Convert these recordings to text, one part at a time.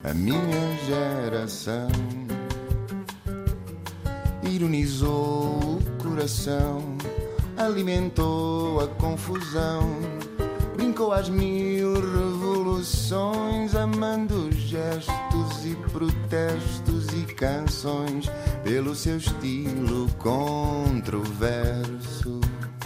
A minha geração ironizou o coração, alimentou a confusão, brincou às 1000 revoluções, amando gestos e protestos e canções pelo seu estilo controverso.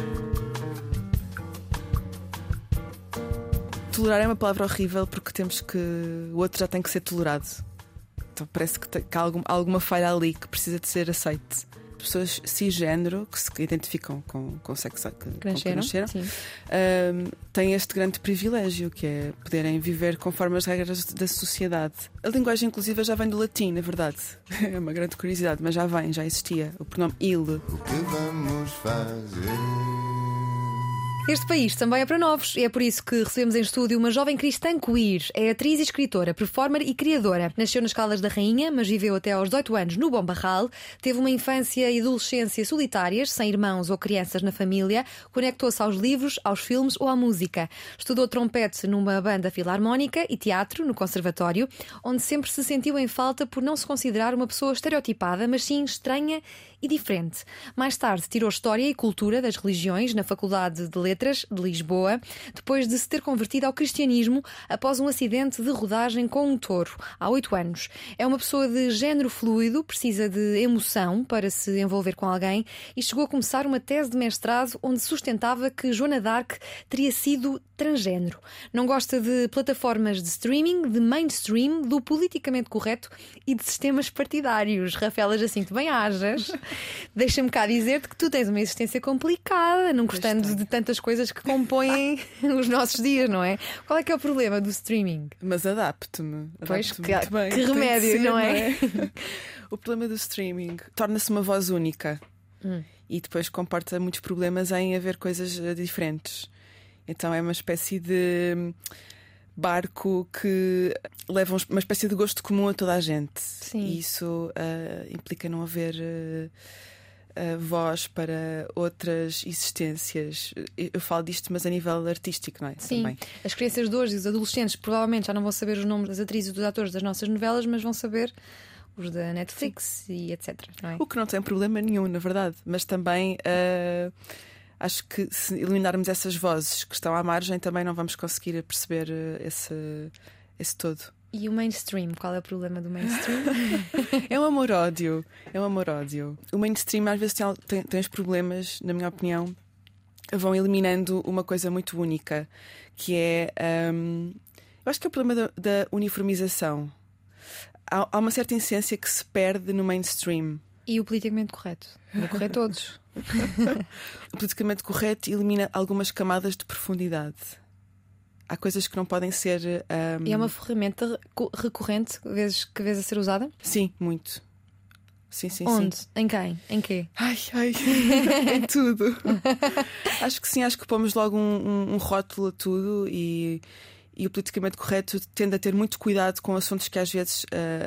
Tolerar é uma palavra horrível porque temos que. O outro já tem que ser tolerado. Então parece que há alguma falha ali que precisa de ser aceite. Pessoas cisgênero que se identificam com sexo que nasceram têm este grande privilégio, que é poderem viver conforme as regras da sociedade. A linguagem inclusiva já vem do latim, na verdade. É uma grande curiosidade, mas já existia o pronome ele. O que vamos fazer? Este país também é para novos e é por isso que recebemos em estúdio uma jovem cristã queer. É atriz e escritora, performer e criadora. Nasceu nas Caldas da Rainha, mas viveu até aos 18 anos no Bom Barral. Teve uma infância e adolescência solitárias, sem irmãos ou crianças na família. Conectou-se aos livros, aos filmes ou à música. Estudou trompete numa banda filarmónica e teatro no conservatório, onde sempre se sentiu em falta por não se considerar uma pessoa estereotipada, mas sim estranha e diferente. Mais tarde tirou História e Cultura das Religiões na Faculdade de Letras de Lisboa, depois de se ter convertido ao cristianismo após um acidente de rodagem com um touro, há 8 anos. É uma pessoa de género fluido, precisa de emoção para se envolver com alguém e chegou a começar uma tese de mestrado onde sustentava que Joana d'Arc teria sido transgénero. Não gosta de plataformas de streaming, de mainstream, do politicamente correto e de sistemas partidários. Rafaela Jacinto, bem-ajas. Deixa-me cá dizer-te que tu tens uma existência complicada, não gostando de tantas coisas que compõem os nossos dias, não é? Qual é que é o problema do streaming? Mas adapto-me. Pois, muito bem. Que remédio, ser, não é? O problema do streaming torna-se uma voz única e depois comporta muitos problemas em haver coisas diferentes. Então é uma espécie de barco que leva uma espécie de gosto comum a toda a gente. Sim. E isso implica não haver voz para outras existências. Eu falo disto, mas a nível artístico, não é? Sim. Também. As crianças de hoje e os adolescentes provavelmente já não vão saber os nomes das atrizes e dos atores das nossas novelas, mas vão saber os da Netflix e etc. Não é? O que não tem problema nenhum, na verdade. Mas também acho que se eliminarmos essas vozes que estão à margem, também não vamos conseguir perceber esse todo. E o mainstream? Qual é o problema do mainstream? É um amor-ódio. É um amor-ódio. O mainstream às vezes tem os problemas, na minha opinião, vão eliminando uma coisa muito única, que é eu acho que é o problema da uniformização. Há uma certa essência que se perde no mainstream. E o politicamente correto? Vou correr todos. O politicamente correto elimina algumas camadas de profundidade. Há coisas que não podem ser. E é uma ferramenta recorrente que vês a ser usada? Sim, muito. Sim. Onde? Sim. Em quem? Em quê? Ai, em tudo. Acho que sim, acho que pomos logo um rótulo a tudo e o politicamente correto tende a ter muito cuidado com assuntos que às vezes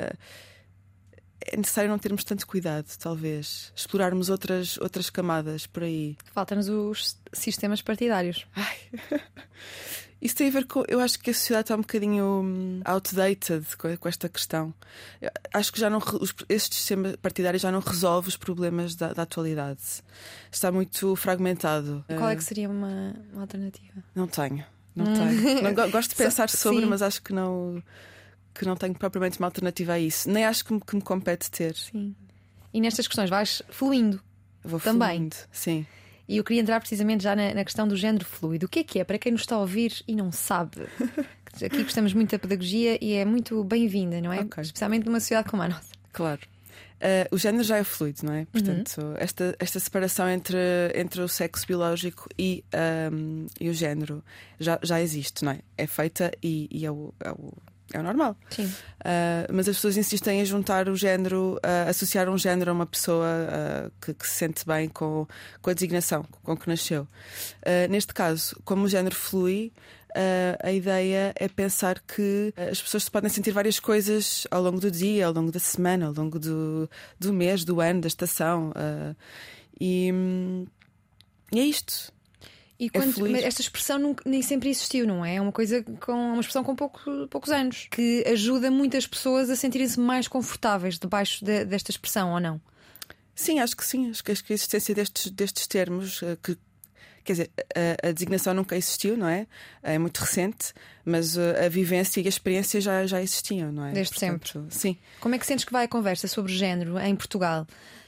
é necessário não termos tanto cuidado, talvez. Explorarmos outras camadas por aí. Faltam-nos os sistemas partidários. Ai. Isso tem a ver com. Eu acho que a sociedade está um bocadinho outdated com esta questão. Eu acho que já não. Este sistema partidário já não resolve os problemas da atualidade. Está muito fragmentado. Qual é que seria uma alternativa? Não tenho. Gosto de pensar sobre, mas acho que não tenho propriamente uma alternativa a isso. Nem acho que me compete ter. Sim. E nestas questões vais fluindo. Vou também. Fluindo, sim. E eu queria entrar precisamente já na questão do género fluido. O que é para quem nos está a ouvir e não sabe? Aqui gostamos muito da pedagogia e é muito bem-vinda, não é? Okay. Especialmente numa sociedade como a nossa. Claro. O género já é fluido, não é? Portanto, esta separação entre o sexo biológico e o género já existe, não é? É feita e é o normal. Sim. Mas as pessoas insistem em juntar o género, associar um género a uma pessoa que se sente bem com a designação com que nasceu. Neste caso, como o género flui, a ideia é pensar que as pessoas podem sentir várias coisas ao longo do dia, ao longo da semana, ao longo do mês, do ano, da estação. E é isto. E fluir. esta expressão nem sempre existiu, não é? É uma coisa uma expressão com poucos anos, que ajuda muitas pessoas a sentirem-se mais confortáveis debaixo desta expressão, ou não? Sim, acho que sim. Acho que a existência destes termos, quer dizer, a designação nunca existiu, não é? É muito recente, mas a vivência e a experiência já existiam, não é? Desde Portanto, sempre. Sim. Como é que sentes que vai a conversa sobre género em Portugal?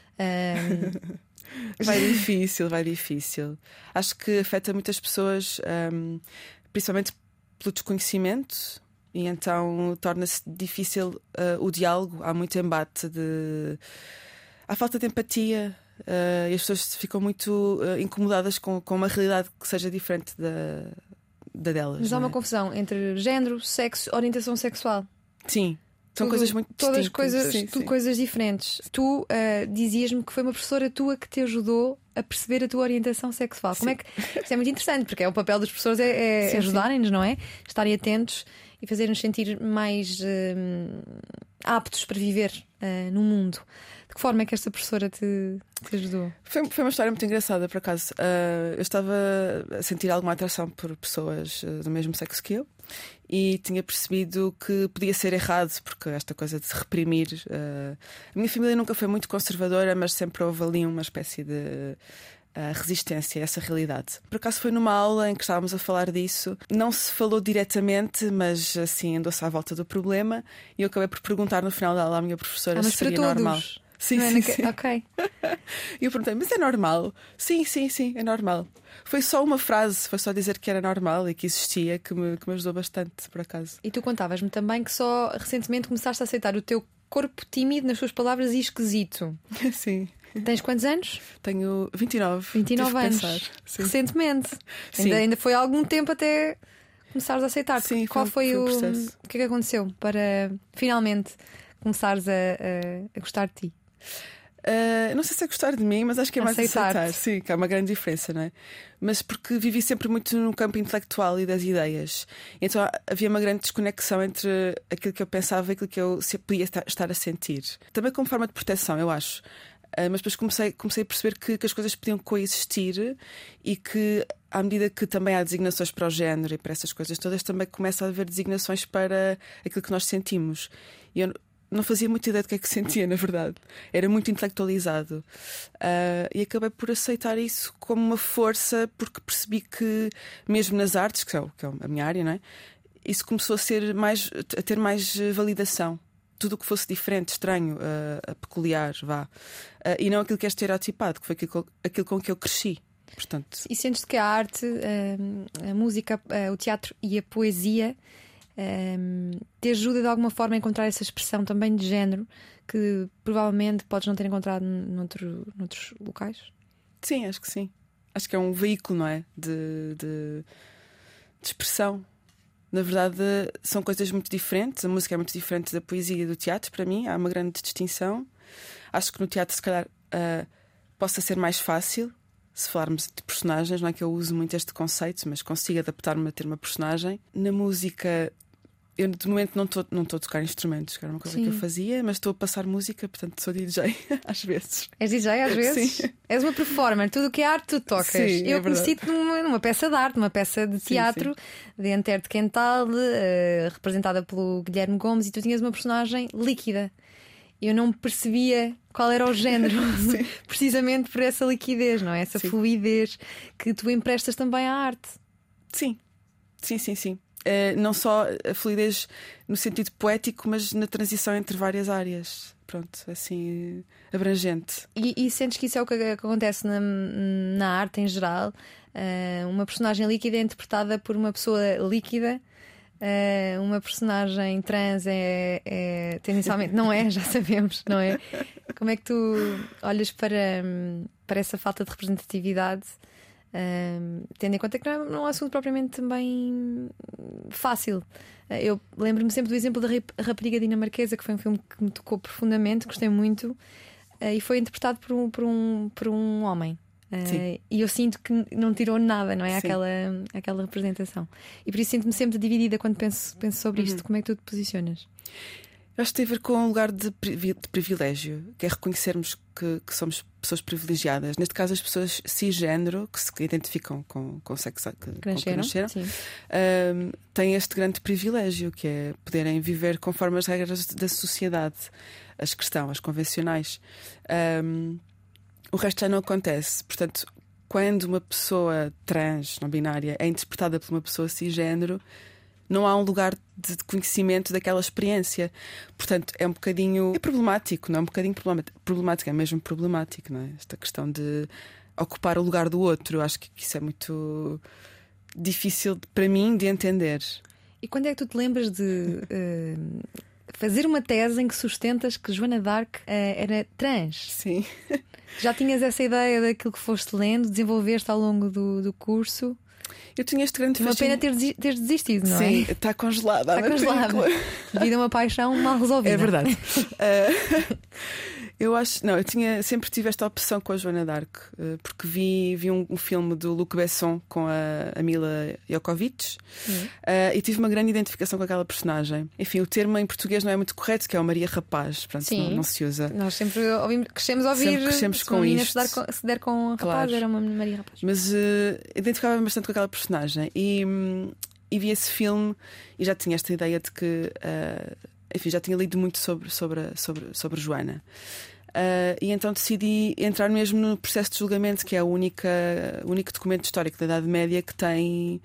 Vai difícil. Acho que afeta muitas pessoas, principalmente pelo desconhecimento, e então torna-se difícil o diálogo. Há muito embate, há falta de empatia, e as pessoas ficam muito incomodadas com uma realidade que seja diferente da delas. Mas há uma confusão entre género, sexo, orientação sexual. Sim. São coisas muito todas distintas. coisas diferentes. Tu dizias-me que foi uma professora tua que te ajudou a perceber a tua orientação sexual. Como é que isso é muito interessante, porque é o papel dos professores é ajudarem-nos, não é? Estarem atentos e fazer-nos sentir mais aptos para viver no mundo. De que forma é que esta professora te ajudou? Foi uma história muito engraçada, por acaso. Eu estava a sentir alguma atração por pessoas do mesmo sexo que eu e tinha percebido que podia ser errado, porque esta coisa de se reprimir. A minha família nunca foi muito conservadora, mas sempre houve ali uma espécie de resistência a essa realidade. Por acaso foi numa aula em que estávamos a falar disso. Não se falou diretamente, mas assim andou-se à volta do problema. E eu acabei por perguntar no final da aula à minha professora se seria normal. Sim. Ok. E eu perguntei, mas é normal? Sim, é normal. Foi só uma frase, foi só dizer que era normal e que existia, que me ajudou bastante, por acaso. E tu contavas-me também que só recentemente começaste a aceitar o teu corpo tímido, nas suas palavras, e esquisito. Sim. Tens quantos anos? Tenho 29. 29 anos. Recentemente. Sim. Ainda foi algum tempo até começares a aceitar. Sim, qual foi o processo? O que é que aconteceu para finalmente começares a gostar de ti? Não sei se é gostar de mim, mas acho que é mais aceitar. Sim, que há uma grande diferença, não é? Mas porque vivi sempre muito no campo intelectual e das ideias. Então havia uma grande desconexão entre aquilo que eu pensava e aquilo que eu podia estar a sentir. Também como forma de proteção, eu acho. Mas depois comecei a perceber que as coisas podiam coexistir e que, à medida que também há designações para o género e para essas coisas todas, também começa a haver designações para aquilo que nós sentimos. E eu não fazia muita ideia do que é que sentia, na verdade. Era muito intelectualizado. E acabei por aceitar isso como uma força, porque percebi que, mesmo nas artes, que é a minha área, não é? Isso começou a ter mais validação. Tudo o que fosse diferente, estranho, peculiar, e não aquilo que é estereotipado, que foi aquilo com que eu cresci. Portanto... E sentes que a arte, a música, o teatro e a poesia te ajuda de alguma forma a encontrar essa expressão também de género que provavelmente podes não ter encontrado noutros locais? Sim, acho que sim. Acho que é um veículo, não é? De expressão. Na verdade, são coisas muito diferentes. A música é muito diferente da poesia e do teatro, para mim. Há uma grande distinção. Acho que no teatro, se calhar, possa ser mais fácil, se falarmos de personagens. Não é que eu uso muito este conceito, mas consigo adaptar-me a ter uma personagem. Na música, eu de momento não estou a tocar instrumentos, que era uma coisa que eu fazia, mas estou a passar música, portanto sou DJ às vezes. És DJ às vezes? Sim. És uma performer, tudo o que é arte tu tocas. Sim, eu conheci-te numa peça de arte, numa peça de teatro, de Enter de Quental, representada pelo Guilherme Gomes, e tu tinhas uma personagem líquida. Eu não percebia qual era o género, precisamente por essa liquidez, não é? Essa fluidez que tu emprestas também à arte. Sim. Não só a fluidez no sentido poético, mas na transição entre várias áreas. Pronto, assim, abrangente. E sentes que isso é o que acontece na arte em geral? Uma personagem líquida é interpretada por uma pessoa líquida. Uma personagem trans é tendencialmente não é, já sabemos, não é? Como é que tu olhas para essa falta de representatividade, tendo em conta que não é um assunto propriamente também fácil? Eu lembro-me sempre do exemplo da Rapariga Dinamarquesa, que foi um filme que me tocou profundamente, gostei muito, e foi interpretado por um homem. E eu sinto que não tirou nada, não é? Aquela representação. E por isso sinto-me sempre dividida quando penso sobre isto. Como é que tu te posicionas? Acho que tem a ver com um lugar de privilégio, que é reconhecermos que somos pessoas privilegiadas. Neste caso, as pessoas cisgénero, que se identificam com o sexo que nasceram, têm este grande privilégio, que é poderem viver conforme as regras da sociedade, as que estão, as convencionais. O resto já não acontece. Portanto, quando uma pessoa trans, não binária, é interpretada por uma pessoa cisgénero, não há um lugar de conhecimento daquela experiência. Portanto, é um bocadinho... É problemático, não é um bocadinho problemático, é mesmo problemático, não é? Esta questão de ocupar o lugar do outro. Acho que isso é muito difícil para mim de entender. E quando é que tu te lembras de fazer uma tese em que sustentas que Joana d'Arc era trans? Sim. Já tinhas essa ideia daquilo que foste lendo, desenvolveste ao longo do curso? Eu tinha este grande fascínio. Uma pena teres desistido, não é? Sim, está congelada. Está congelada. Devido a uma paixão mal resolvida. É verdade. Eu acho. Não, sempre tive esta opção com a Joana d'Arc, porque vi um filme do Luc Besson com a Mila Jovovich e tive uma grande identificação com aquela personagem. Enfim, o termo em português não é muito correto, que é o Maria Rapaz. Portanto, não se usa. Nós sempre crescemos a ouvir. Sempre crescemos com isto. Se der com rapaz, claro. Era uma Maria Rapaz. Mas identificava-me bastante com aquela personagem e vi esse filme e já tinha esta ideia de que. Enfim, já tinha lido muito sobre Joana. E então decidi entrar mesmo no processo de julgamento, que é o único documento histórico da Idade Média que tem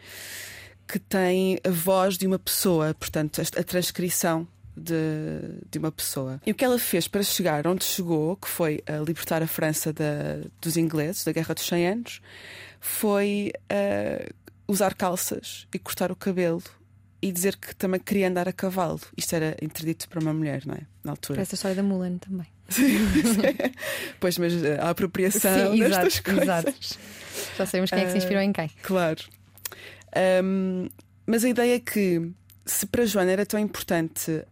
a voz de uma pessoa, portanto, a transcrição de uma pessoa. E o que ela fez para chegar onde chegou, que foi a libertar a França dos ingleses, da Guerra dos 100 Anos, foi usar calças e cortar o cabelo. E dizer que também queria andar a cavalo. Isto era interdito para uma mulher, não é? Na altura. Parece a história da Mulan também. Pois, mas a apropriação destas coisas. Exato. Já sabemos quem é que se inspirou em quem. Claro. Mas a ideia é que, se para Joana era tão importante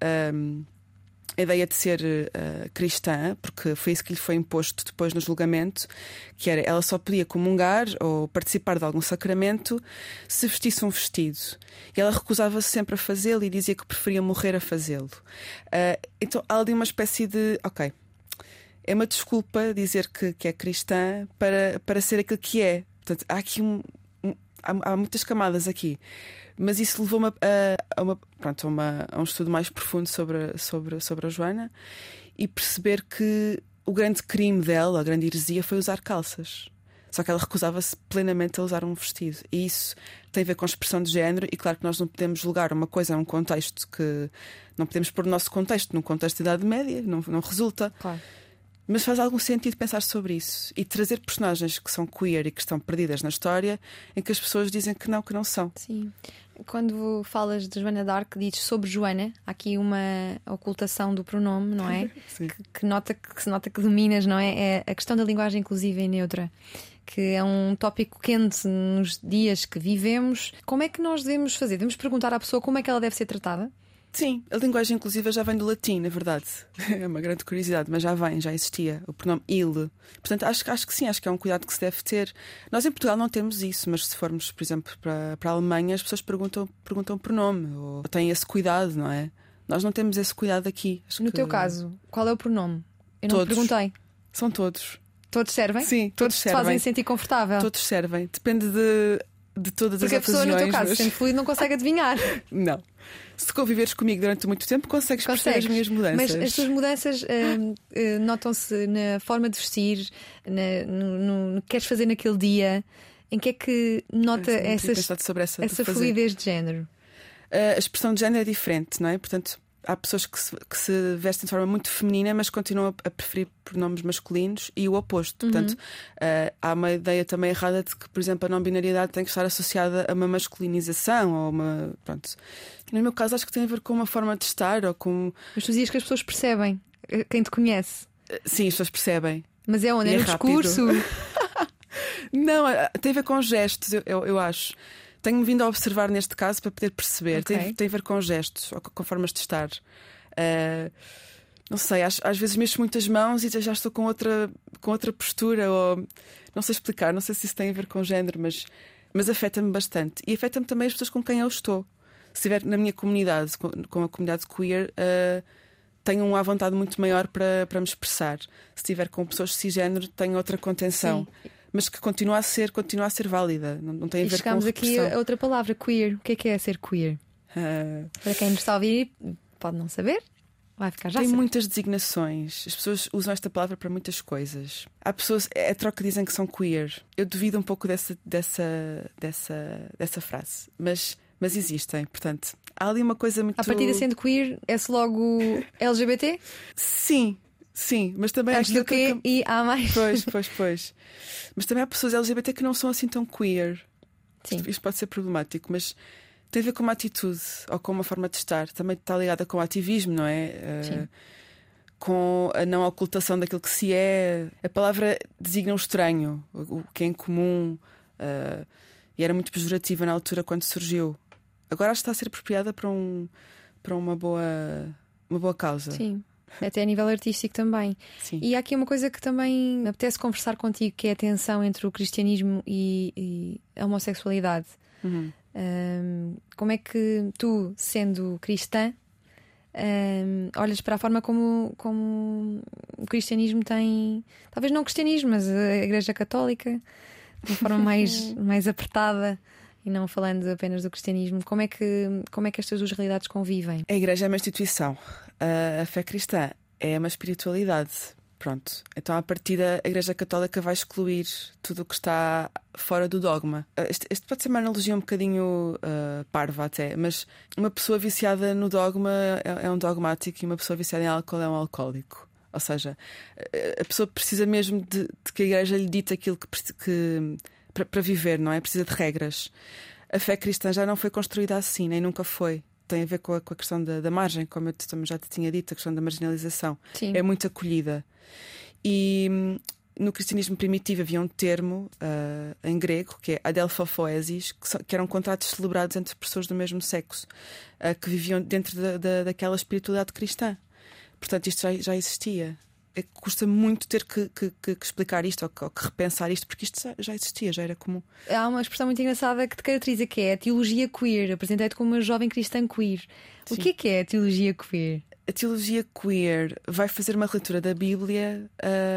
a ideia de ser cristã, porque foi isso que lhe foi imposto depois no julgamento, que era, ela só podia comungar ou participar de algum sacramento se vestisse um vestido. E ela recusava-se sempre a fazê-lo e dizia que preferia morrer a fazê-lo. Então há ali uma espécie de... Ok, é uma desculpa dizer que é cristã para ser aquilo que é. Portanto, há aqui há muitas camadas aqui. Mas isso levou-me a um estudo mais profundo sobre a Joana e perceber que o grande crime dela, a grande heresia, foi usar calças. Só que ela recusava-se plenamente a usar um vestido. E isso tem a ver com a expressão de género. E claro que nós não podemos julgar uma coisa num contexto que... Não podemos pôr o nosso contexto num contexto de Idade Média. Não resulta. Claro. Mas faz algum sentido pensar sobre isso e trazer personagens que são queer e que estão perdidas na história, em que as pessoas dizem que não são. Sim. Quando falas de Joana d'Arc, dizes sobre Joana, há aqui uma ocultação do pronome, não é? Sim. Que se nota que dominas, não é? É a questão da linguagem inclusiva e neutra, que é um tópico quente nos dias que vivemos. Como é que nós devemos fazer? Devemos perguntar à pessoa como é que ela deve ser tratada? Sim, a linguagem inclusiva já vem do latim, na verdade. É uma grande curiosidade, mas já existia o pronome il. Portanto, acho que sim, acho que é um cuidado que se deve ter. Nós em Portugal não temos isso, mas se formos, por exemplo, para a Alemanha, as pessoas perguntam o pronome, ou têm esse cuidado, não é? Nós não temos esse cuidado aqui. No teu caso, qual é o pronome? Eu não te perguntei. São todos. Todos servem? Sim, todos servem. Te fazem sentir confortável? Todos servem. Depende de todas as ocasiões. Porque a pessoa, no teu caso, sendo fluido, não consegue adivinhar. Não. Se conviveres comigo durante muito tempo, consegues perceber as minhas mudanças. Mas as tuas mudanças notam-se na forma de vestir, no que queres fazer naquele dia. Em que é que nota essa fluidez de género? A expressão de género é diferente, não é? Portanto, há pessoas que se vestem de forma muito feminina, mas continuam a preferir pronomes masculinos, e o oposto. Portanto, há uma ideia também errada de que, por exemplo, a não-binariedade tem que estar associada a uma masculinização ou uma... Pronto. No meu caso, acho que tem a ver com uma forma de estar ou com... Mas tu dizias que as pessoas percebem, quem te conhece. Sim, as pessoas percebem. Mas é onde? É no discurso? Não, tem a ver com gestos, eu acho. Tenho-me vindo a observar neste caso para poder perceber. Okay. Tem a ver com gestos ou com formas de estar. Não sei, às vezes mexo muitas mãos e já estou com outra postura, ou não sei explicar, não sei se isso tem a ver com género, mas afeta-me bastante. E afeta-me também as pessoas com quem eu estou. Se estiver na minha comunidade, com a comunidade queer, tenho uma vontade muito maior para me expressar. Se estiver com pessoas cisgénero, tenho outra contenção. Sim. Mas que continua a ser válida. Não tem a ver com chegamos aqui a outra palavra, queer. O que é ser queer? Para quem nos está a ouvir, pode não saber. Vai ficar já. Tem saber. muitas designações. As pessoas usam esta palavra para muitas coisas. Há pessoas, é troca, dizem que são queer. Eu duvido um pouco dessa frase. Mas existem. Portanto, há ali uma coisa muito. A partir de sendo queer, é-se logo LGBT? Sim. Mas também antes do quê? E há mais. Pois. Mas também há pessoas LGBT que não são assim tão queer. Sim. Isto pode ser problemático, mas tem a ver com uma atitude ou com uma forma de estar. Também está ligada com o ativismo, não é? Sim. Com a não ocultação daquilo que se é. A palavra designa o estranho, o que é incomum, e era muito pejorativa na altura quando surgiu. Agora está a ser apropriada para uma boa causa. Sim. Até a nível artístico também. Sim. E há aqui uma coisa que também me apetece conversar contigo, que é a tensão entre o cristianismo e a homossexualidade. Uhum. Como é que tu, sendo cristã, olhas para a forma como o cristianismo tem, talvez não o cristianismo, mas a Igreja Católica, de uma forma mais apertada, e não falando apenas do cristianismo, como é que estas duas realidades convivem? A Igreja é uma instituição, a fé cristã é uma espiritualidade. Pronto, então à partida a Igreja Católica vai excluir tudo o que está fora do dogma. Este pode ser uma analogia um bocadinho parva até, mas uma pessoa viciada no dogma é um dogmático e uma pessoa viciada em álcool é um alcoólico. Ou seja, a pessoa precisa mesmo de que a Igreja lhe dite aquilo que para viver, não é? Precisa de regras. A fé cristã já não foi construída assim, nem nunca foi. Tem a ver com a questão da margem, como eu também já te tinha dito, a questão da marginalização. Sim. É muito acolhida. E no cristianismo primitivo havia um termo em grego, que é adelphopoesis, que eram contratos celebrados entre pessoas do mesmo sexo, que viviam dentro daquela espiritualidade cristã. Portanto, isto já existia. Custa muito ter que explicar isto ou que repensar isto, porque isto já existia, já era comum. Há uma expressão muito engraçada que te caracteriza, que é a teologia queer. Apresentei-te como uma jovem cristã queer. Sim. O que é a teologia queer? A teologia queer vai fazer uma leitura da Bíblia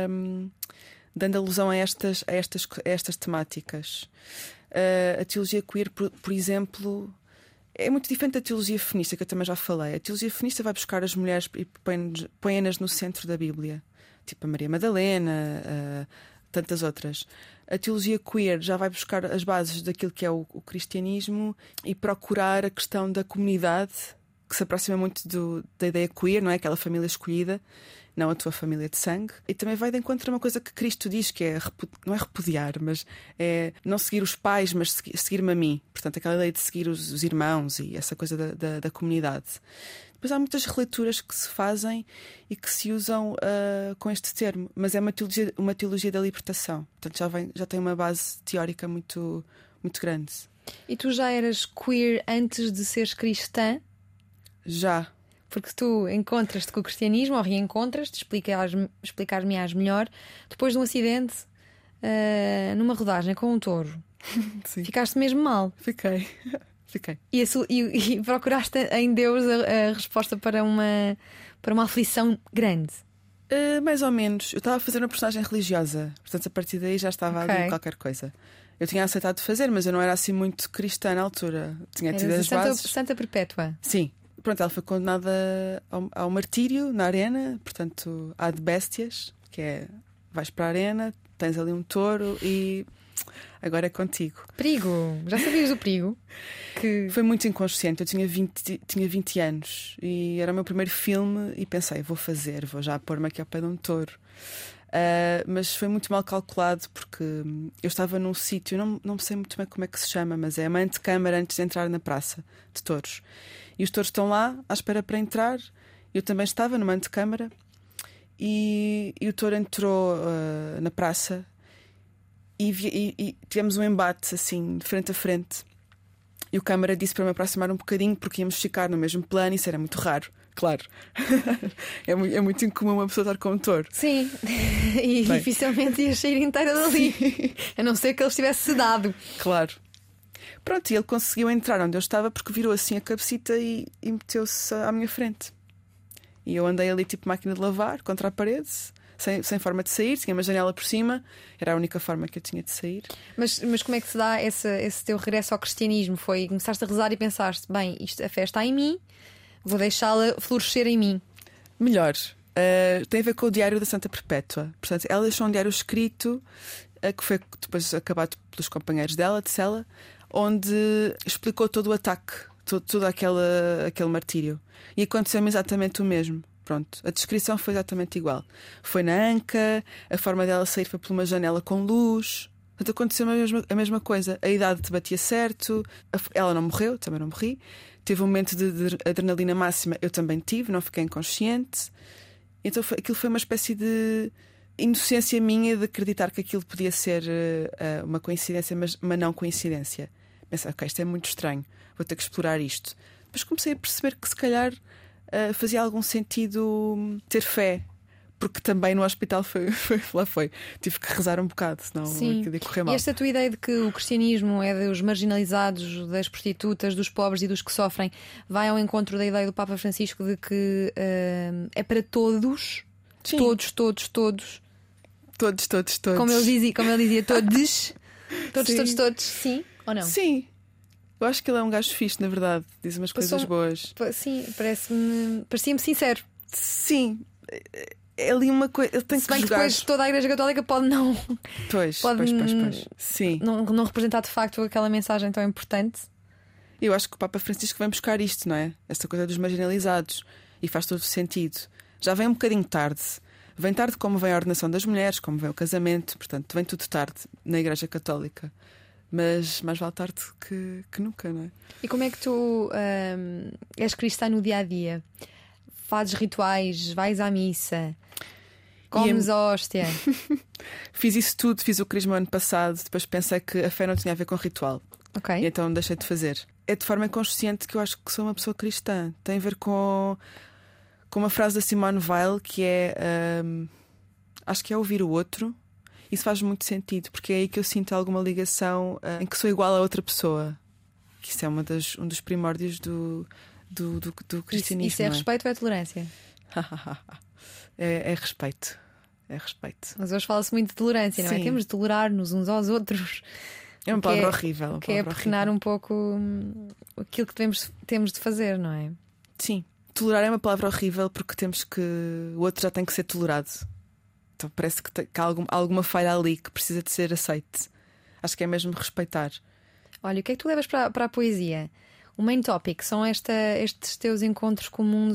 dando alusão a estas temáticas. A teologia queer, por exemplo, é muito diferente da teologia feminista, que eu também já falei. A teologia feminista vai buscar as mulheres e põe-nas no centro da Bíblia, tipo a Maria Madalena, tantas outras. A teologia queer já vai buscar as bases daquilo que é o cristianismo e procurar a questão da comunidade, que se aproxima muito da ideia queer, não é? Aquela família escolhida, não a tua família de sangue. E também vai de encontro a uma coisa que Cristo diz, que é não é repudiar, mas é não seguir os pais, mas seguir-me a mim. Portanto, aquela ideia de seguir os irmãos e essa coisa da comunidade. Depois há muitas releituras que se fazem e que se usam com este termo, mas é uma teologia da libertação. Portanto, já tem uma base teórica muito, muito grande. E tu já eras queer antes de seres cristã? Já. Porque tu encontras-te com o cristianismo, ou reencontras-te, explicar-me-ás melhor, depois de um acidente numa rodagem com um touro. Sim. Ficaste mesmo mal. Fiquei. E procuraste em Deus a resposta para uma aflição grande. Mais ou menos. Eu estava a fazer uma personagem religiosa, portanto a partir daí já estava ali qualquer coisa. Eu tinha aceitado fazer, mas eu não era assim muito cristã na altura. Tinha tido as bases. Santa Perpétua. Sim. Pronto, ela foi condenada ao martírio na arena, portanto, há de bestias, que é vais para a arena, tens ali um touro e agora é contigo. Perigo! Já sabias do perigo? Foi muito inconsciente. Eu tinha 20 anos e era o meu primeiro filme e pensei, vou já pôr-me aqui ao pé de um touro. Mas foi muito mal calculado porque eu estava num sítio, não sei muito bem como é que se chama, mas é uma antecâmara antes de entrar na praça de touros. E os touros estão lá à espera para entrar. Eu também estava numa antecâmara e o touro entrou na praça e tivemos um embate assim, de frente a frente. E o câmara disse para me aproximar um bocadinho porque íamos ficar no mesmo plano. Isso era muito raro, claro. É muito incomum uma pessoa estar com um touro. Sim, e bem, dificilmente ia sair inteira dali. Sim. A não ser que ele estivesse sedado. Claro. Pronto, e ele conseguiu entrar onde eu estava porque virou assim a cabecita e meteu-se à minha frente. E eu andei ali tipo máquina de lavar, contra a parede, sem forma de sair, tinha uma janela por cima, era a única forma que eu tinha de sair. Mas como é que se dá esse teu regresso ao cristianismo? Foi começaste a rezar e pensaste: bem, a fé está em mim, vou deixá-la florescer em mim. Melhor, tem a ver com o Diário da Santa Perpétua. Portanto, ela deixou um diário escrito, que foi depois acabado pelos companheiros dela, de cela, onde explicou todo o ataque, todo aquele martírio. E aconteceu-me exatamente o mesmo. Pronto, a descrição foi exatamente igual. Foi na anca, a forma dela sair foi por uma janela com luz. Portanto, aconteceu a mesma coisa. A idade te batia certo, ela não morreu, também não morri. Teve um momento de adrenalina máxima, eu também tive, não fiquei inconsciente. Então aquilo foi uma espécie de inocência minha de acreditar que aquilo podia ser uma coincidência, mas uma não coincidência. Pensei, ok, isto é muito estranho, vou ter que explorar isto. Depois comecei a perceber que se calhar fazia algum sentido ter fé, porque também no hospital foi. Tive que rezar um bocado, senão aquilo ia correr mal. E esta tua ideia de que o cristianismo é dos marginalizados, das prostitutas, dos pobres e dos que sofrem, vai ao encontro da ideia do Papa Francisco de que é para todos. Sim. Todos. Como ele dizia, todos. Todos. Sim ou não? Sim. Eu acho que ele é um gajo fixe, na verdade. Diz umas coisas boas. Sim, parecia-me sincero. Sim. É ali uma coisa. Ele tem se que bem que depois toda a Igreja Católica pode não. Pois. Sim. Não representar de facto aquela mensagem tão importante. Eu acho que o Papa Francisco vem buscar isto, não é? Esta coisa dos marginalizados. E faz todo o sentido. Já vem um bocadinho tarde. Vem tarde como vem a ordenação das mulheres, como vem o casamento. Portanto, vem tudo tarde na Igreja Católica. Mas mais vale tarde que nunca, não é? E como é que tu és cristã no dia-a-dia? Fazes rituais, vais à missa, comes a hóstia? Fiz isso tudo, fiz o crisma ano passado. Depois pensei que a fé não tinha a ver com ritual. Ok. E então deixei de fazer. É de forma inconsciente que eu acho que sou uma pessoa cristã. Tem a ver com uma frase da Simone Weil, que é acho que é ouvir o outro. Isso faz muito sentido, porque é aí que eu sinto alguma ligação em que sou igual a outra pessoa. Que isso é um dos primórdios do cristianismo. Isso é respeito ou é tolerância? É respeito. É respeito. Mas hoje fala-se muito de tolerância, não é? Sim. Temos de tolerar-nos uns aos outros. É uma palavra horrível. Que é pequenar um pouco aquilo que temos de fazer, não é? Sim. Tolerar é uma palavra horrível porque o outro já tem que ser tolerado. Então parece que há alguma falha ali que precisa de ser aceite. Acho que é mesmo respeitar. Olha, o que é que tu levas para a poesia? O main topic são estes teus encontros com o mundo,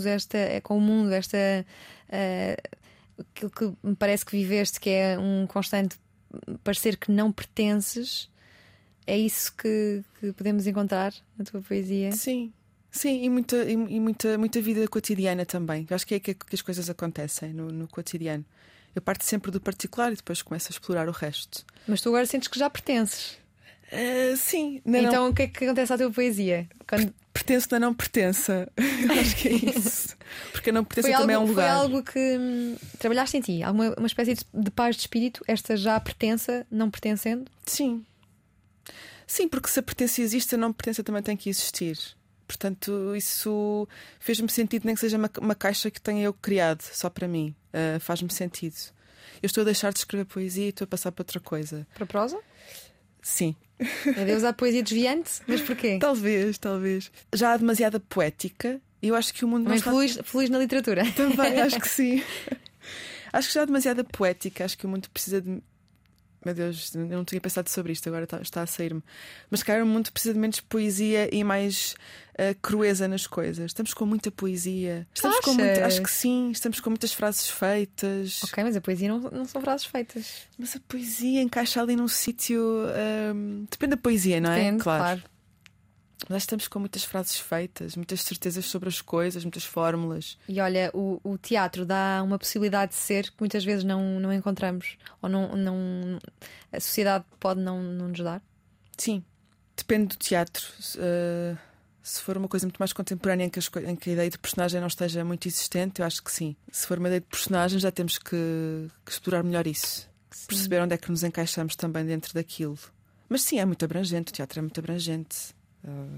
aquilo que me parece que viveste, que é um constante parecer que não pertences. É isso que podemos encontrar na tua poesia? Sim. Sim, e muita vida cotidiana também. Eu acho que é que as coisas acontecem no cotidiano. Eu parto sempre do particular e depois começo a explorar o resto. Mas tu agora sentes que já pertences? Sim. Então o que é que acontece à tua poesia? Pertenço na não pertença. Acho que é isso. Porque a não pertença também é um lugar. Foi algo que trabalhaste em ti? Uma espécie de paz de espírito? Esta já pertença, não pertencendo? Sim. Sim, porque se a pertença existe, a não pertença também tem que existir. Portanto, isso fez-me sentido, nem que seja uma caixa que tenha eu criado só para mim. Faz-me sentido. Eu estou a deixar de escrever poesia e estou a passar para outra coisa. Para prosa? Sim. Adeus à poesia desviante? Mas porquê? Talvez. Já há demasiada poética e eu acho que o mundo também feliz na literatura. Também, acho que sim. Acho que já há demasiada poética. Acho que o mundo precisa de... Meu Deus, eu não tinha pensado sobre isto, agora está a sair-me. Mas cara, o mundo precisa de menos poesia e mais crueza nas coisas. Estamos com muita poesia. Acho que sim, estamos com muitas frases feitas. Ok, mas a poesia não são frases feitas. Mas a poesia encaixa ali num sítio. Depende da poesia, não é? Depende, claro. Mas estamos com muitas frases feitas, muitas certezas sobre as coisas, muitas fórmulas. E olha, o teatro dá uma possibilidade de ser que muitas vezes não encontramos. Ou não a sociedade pode não nos dar. Sim, depende do teatro. Se for uma coisa muito mais contemporânea em que a ideia de personagem não esteja muito existente, eu acho que sim. Se for uma ideia de personagem, já temos que explorar melhor isso. Sim. Perceber onde é que nos encaixamos também dentro daquilo. Mas sim, é muito abrangente, o teatro é muito abrangente.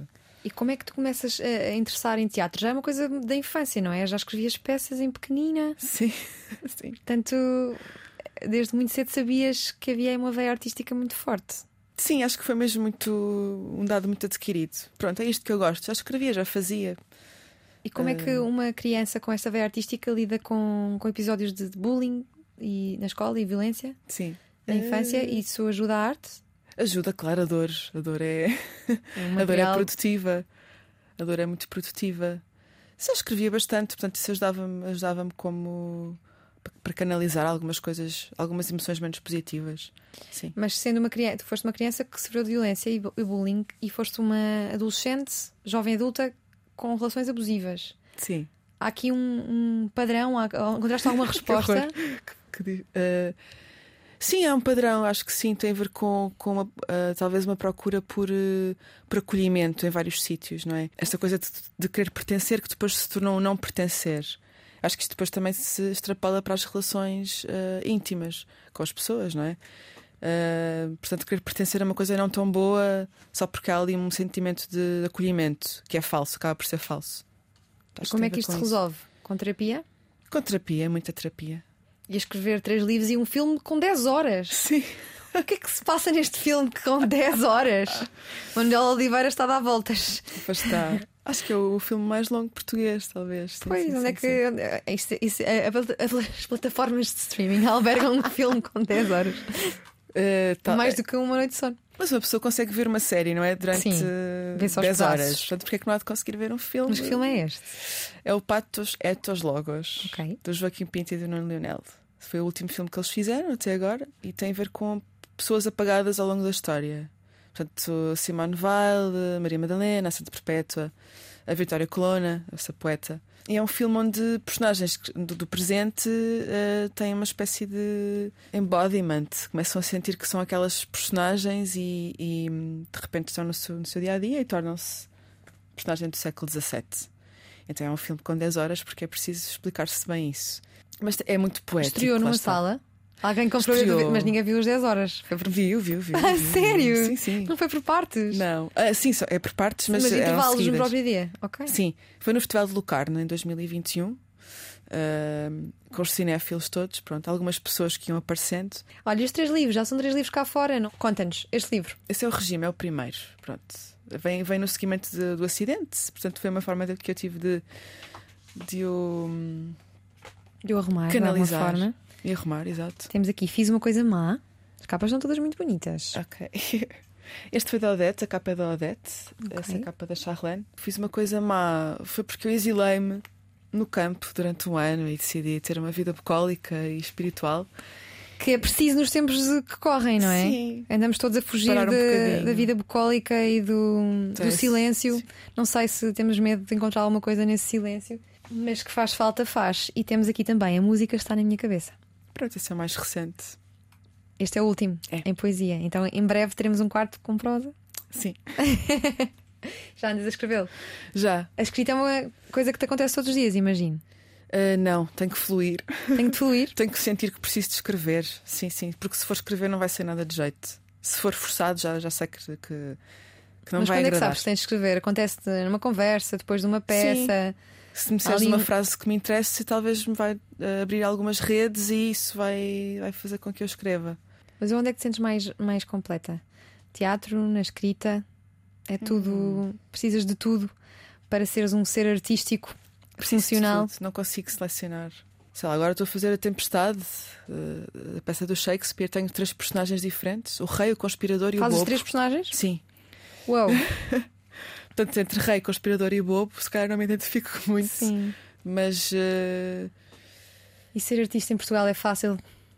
E como é que tu começas a interessar em teatro? Já é uma coisa da infância, não é? Já escrevias peças em pequenina. Sim, sim. Portanto, desde muito cedo sabias que havia aí uma veia artística muito forte. Sim, acho que foi mesmo um dado muito adquirido. Pronto, é isto que eu gosto. Já escrevia, já fazia. E como é que uma criança com esta veia artística lida com episódios de bullying na escola e violência? Sim. Na infância? Isso ajuda a arte? Ajuda, claro, a dor. A dor é. A dor é produtiva. A dor é muito produtiva. Só escrevia bastante, portanto, isso ajudava-me como para canalizar algumas coisas, algumas emoções menos positivas. Sim. Mas sendo uma criança, tu foste uma criança que sofreu de violência e bullying e foste uma adolescente, jovem adulta com relações abusivas. Sim. Há aqui um padrão? Encontraste alguma resposta? Sim, há um padrão, acho que sim, tem a ver com talvez uma procura por acolhimento em vários sítios, não é? Esta coisa de querer pertencer que depois se tornou um não pertencer. Acho que isto depois também se extrapola para as relações íntimas com as pessoas, não é? Portanto, querer pertencer a uma coisa não tão boa só porque há ali um sentimento de acolhimento que é falso, acaba por ser falso. Como é que isto se resolve? Com terapia? Com terapia, muita terapia. E a escrever 3 livros e um filme com 10 horas. Sim. O que é que se passa neste filme com 10 horas? Manuel Oliveira está a dar voltas. Pois está. Acho que é o filme mais longo português, talvez. Sim, pois, sim, onde sim, é que as plataformas de streaming albergam um filme com 10 horas? Mais do que uma noite de sono. Mas uma pessoa consegue ver uma série, não é? Durante 10 horas. Portanto, porque é que não há de conseguir ver um filme? Mas que filme é este? É o Patos Etos Logos, okay, do Joaquim Pinto e do Nuno Leonel. Foi o último filme que eles fizeram até agora e tem a ver com pessoas apagadas ao longo da história. Portanto, Simone Weil, Maria Madalena, a Santa Perpétua, a Vitória Colonna, essa poeta. E é um filme onde personagens do presente têm uma espécie de embodiment. Começam a sentir que são aquelas personagens e de repente estão no seu dia-a-dia e tornam-se personagem do século XVII. Então é um filme com 10 horas porque é preciso explicar-se bem isso. Mas é muito poético. Estreou numa sala? Alguém comprou, mas ninguém viu as 10 horas. Viu. Sério? Sim, sim. Não foi por partes? Não. Sim, é por partes, mas intervalos no próprio dia. Okay. Sim, foi no Festival de Locarno em 2021, com os cinéfilos todos, pronto, algumas pessoas que iam aparecendo. Olha, os 3 livros, já são 3 livros cá fora. Não? Conta-nos, este livro. Esse é o regime, é o primeiro. Pronto. Vem no seguimento do acidente, portanto foi uma forma que eu tive de o arrumar, canalizar de alguma forma. E arrumar, exato. Temos aqui Fiz uma Coisa Má. As capas são todas muito bonitas. Ok. Este foi da Odete, a capa é da Odete, essa capa da Charlene. Fiz uma coisa má, foi porque eu exilei-me no campo durante um ano e decidi ter uma vida bucólica e espiritual. Que é preciso nos tempos que correm, não é? Sim. Andamos todos a fugir da vida bucólica e do silêncio. Não sei se temos medo de encontrar alguma coisa nesse silêncio, mas que faz falta, faz. E temos aqui também A Música Está na Minha Cabeça. Pronto, esse é o mais recente. Este é o último, em poesia. Então em breve teremos um quarto com prosa. Sim. Já andas a escrevê-lo? Já. A escrita é uma coisa que te acontece todos os dias, imagino. Não, tem que fluir. Tem que fluir? Tenho que sentir que preciso de escrever. Sim, porque se for escrever não vai ser nada de jeito. Se for forçado já sei que não Mas vai agradar. Mas quando é que sabes que tens de escrever? Acontece numa conversa, depois de uma peça? Sim. Se me disseres uma frase que me interessa, talvez me vai abrir algumas redes e isso vai fazer com que eu escreva. Mas onde é que te sentes mais completa? Teatro, na escrita? É tudo? Precisas de tudo para seres um ser artístico profissional? Não consigo selecionar. Sei lá, agora estou a fazer A Tempestade, a peça do Shakespeare. Tenho 3 personagens diferentes: o rei, o conspirador e o bobo. Fazes 3 personagens? Sim. Uau! Portanto, entre rei, conspirador e bobo, se calhar não me identifico muito. Sim. Mas e ser artista em Portugal é fácil?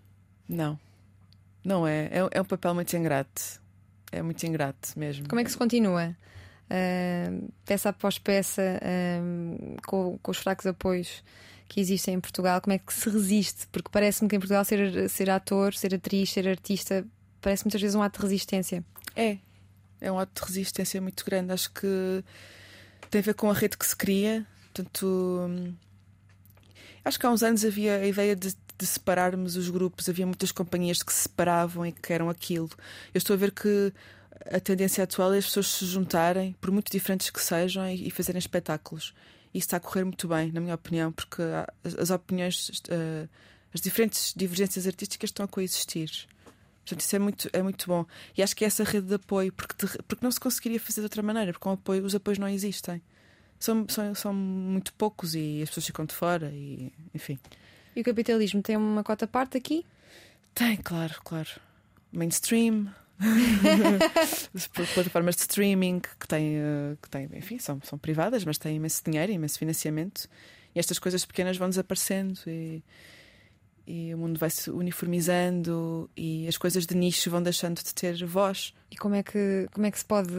Não é. É um papel muito ingrato. É muito ingrato mesmo. Como é que se continua? Peça após peça, com os fracos apoios que existem em Portugal, como é que se resiste? Porque parece-me que em Portugal ser ator, ser atriz, ser artista parece muitas vezes um ato de resistência. É um ato de resistência muito grande. Acho que tem a ver com a rede que se cria. Portanto, acho que há uns anos havia a ideia de separarmos os grupos. Havia muitas companhias que se separavam e que eram aquilo. Eu estou a ver que a tendência atual é as pessoas se juntarem, por muito diferentes que sejam, e fazerem espetáculos. Isso está a correr muito bem, na minha opinião, porque as opiniões, as diferentes divergências artísticas estão a coexistir. Portanto, isso é muito bom. E acho que é essa rede de apoio, porque não se conseguiria fazer de outra maneira, porque os apoios não existem. São muito poucos e as pessoas ficam de fora, e, enfim. E o capitalismo tem uma cota à parte aqui? Tem, claro. Mainstream. Plataformas de streaming que têm, enfim, são privadas, mas têm imenso dinheiro, imenso financiamento, e estas coisas pequenas vão desaparecendo e o mundo vai se uniformizando e as coisas de nicho vão deixando de ter voz. E como é que se pode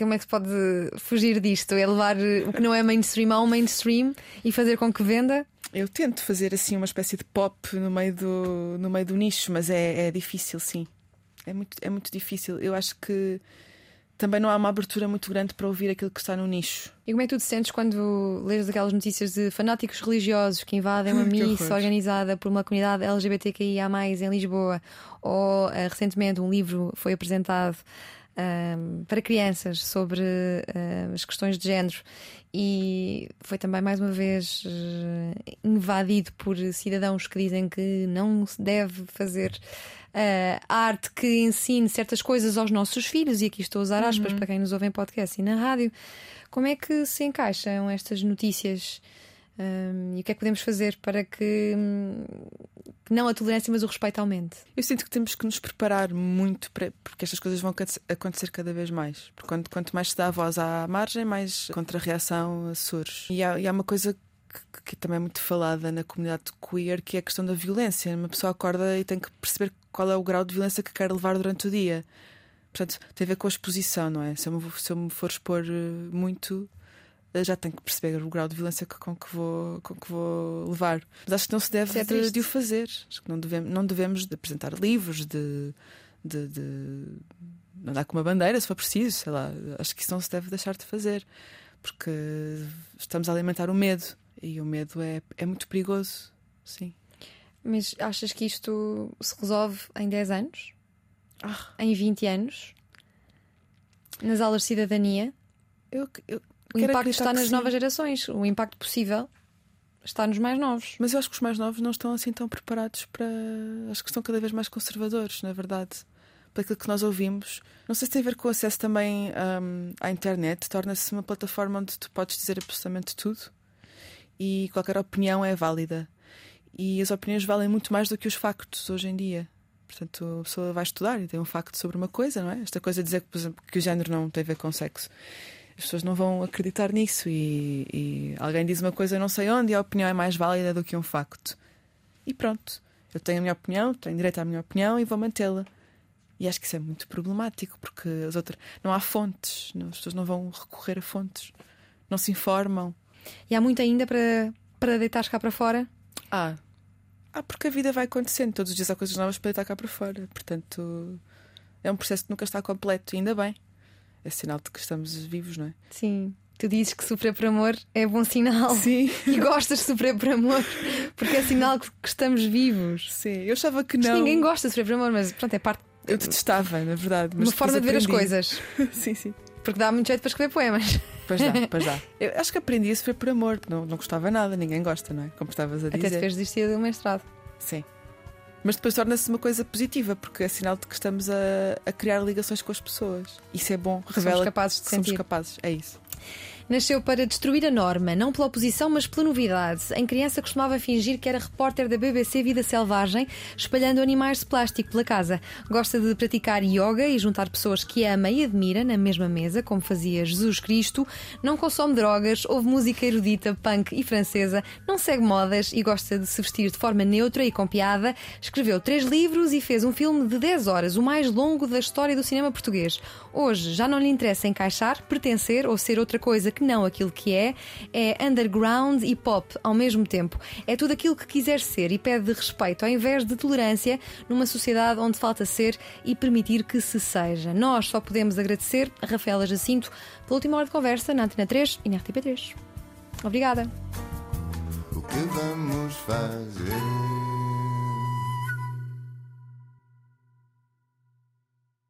fugir disto? É levar o que não é mainstream ao mainstream e fazer com que venda? Eu tento fazer assim uma espécie de pop no meio do nicho, mas é difícil, sim. É muito difícil. Eu acho que também não há uma abertura muito grande para ouvir aquilo que está no nicho. E como é que tu te sentes quando lês aquelas notícias de fanáticos religiosos que invadem uma missa organizada por uma comunidade LGBTQIA+ em Lisboa? Ou recentemente um livro foi apresentado para crianças sobre as questões de género e foi também mais uma vez invadido por cidadãos que dizem que não se deve fazer arte que ensine certas coisas aos nossos filhos, e aqui estou a usar aspas para quem nos ouve em podcast e na rádio. Como é que se encaixam estas notícias e o que é que podemos fazer para que não a tolerância, mas o respeito aumente? Eu sinto que temos que nos preparar muito porque estas coisas vão acontecer cada vez mais. Porque quanto mais se dá a voz à margem, mais contra-reação surge. E há uma coisa que também é muito falada na comunidade queer, que é a questão da violência. Uma pessoa acorda e tem que perceber qual é o grau de violência que quer levar durante o dia. Portanto, tem a ver com a exposição, não é? Se eu me for expor muito, já tenho que perceber o grau de violência com que vou levar. Mas acho que não se deve de o fazer. Acho que não devemos de apresentar livros, de andar com uma bandeira, se for preciso, sei lá. Acho que isso não se deve deixar de fazer, porque estamos a alimentar o medo. E o medo é muito perigoso, sim. Mas achas que isto se resolve em 10 anos? Em 20 anos? Nas aulas de cidadania? O impacto está nas novas gerações. O impacto possível está nos mais novos. Mas eu acho que os mais novos não estão assim tão preparados para... Acho que estão cada vez mais conservadores, na verdade, para aquilo que nós ouvimos. Não sei se tem a ver com o acesso também à internet. Torna-se uma plataforma onde tu podes dizer absolutamente tudo e qualquer opinião é válida. E as opiniões valem muito mais do que os factos hoje em dia. Portanto, a pessoa vai estudar e tem um facto sobre uma coisa, não é? Esta coisa de dizer, por exemplo, que o género não tem a ver com sexo. As pessoas não vão acreditar nisso e alguém diz uma coisa não sei onde e a opinião é mais válida do que um facto. E pronto, eu tenho a minha opinião, tenho direito à minha opinião e vou mantê-la. E acho que isso é muito problemático, porque não há fontes, as pessoas não vão recorrer a fontes, não se informam. E há muito ainda para deitar cá para fora? Porque a vida vai acontecendo, todos os dias há coisas novas para deitar cá para fora. Portanto, é um processo que nunca está completo, e ainda bem. É sinal de que estamos vivos, não é? Sim. Tu dizes que sofrer por amor é bom sinal. Sim. E gostas de sofrer por amor porque é sinal que estamos vivos. Sim, eu achava que não. Mas ninguém gosta de sofrer por amor, mas pronto, é parte. Eu detestava, na verdade. Mas uma forma de ver as coisas. Sim. Porque dá muito jeito para escrever poemas. Pois dá. Eu acho que aprendi a sofrer por amor, porque não gostava nada, ninguém gosta, não é? Como estavas a dizer. Até te fez desistir do mestrado. Sim. Mas depois torna-se uma coisa positiva, porque é sinal de que estamos a criar ligações com as pessoas. Isso é bom, revela somos capazes de sentir. Somos capazes, é isso. Nasceu para destruir a norma, não pela oposição, mas pela novidade. Em criança costumava fingir que era repórter da BBC Vida Selvagem, espalhando animais de plástico pela casa. Gosta de praticar yoga e juntar pessoas que ama e admira na mesma mesa, como fazia Jesus Cristo. Não consome drogas, ouve música erudita, punk e francesa, não segue modas e gosta de se vestir de forma neutra e com piada. Escreveu 3 livros e fez um filme de 10 horas, o mais longo da história do cinema português. Hoje já não lhe interessa encaixar, pertencer ou ser outra coisa que não aquilo que é underground e pop ao mesmo tempo. É tudo aquilo que quiser ser e pede respeito ao invés de tolerância numa sociedade onde falta ser e permitir que se seja. Nós só podemos agradecer a Rafaela Jacinto pela última hora de conversa na Antena 3 e na RTP3. Obrigada. O que vamos fazer?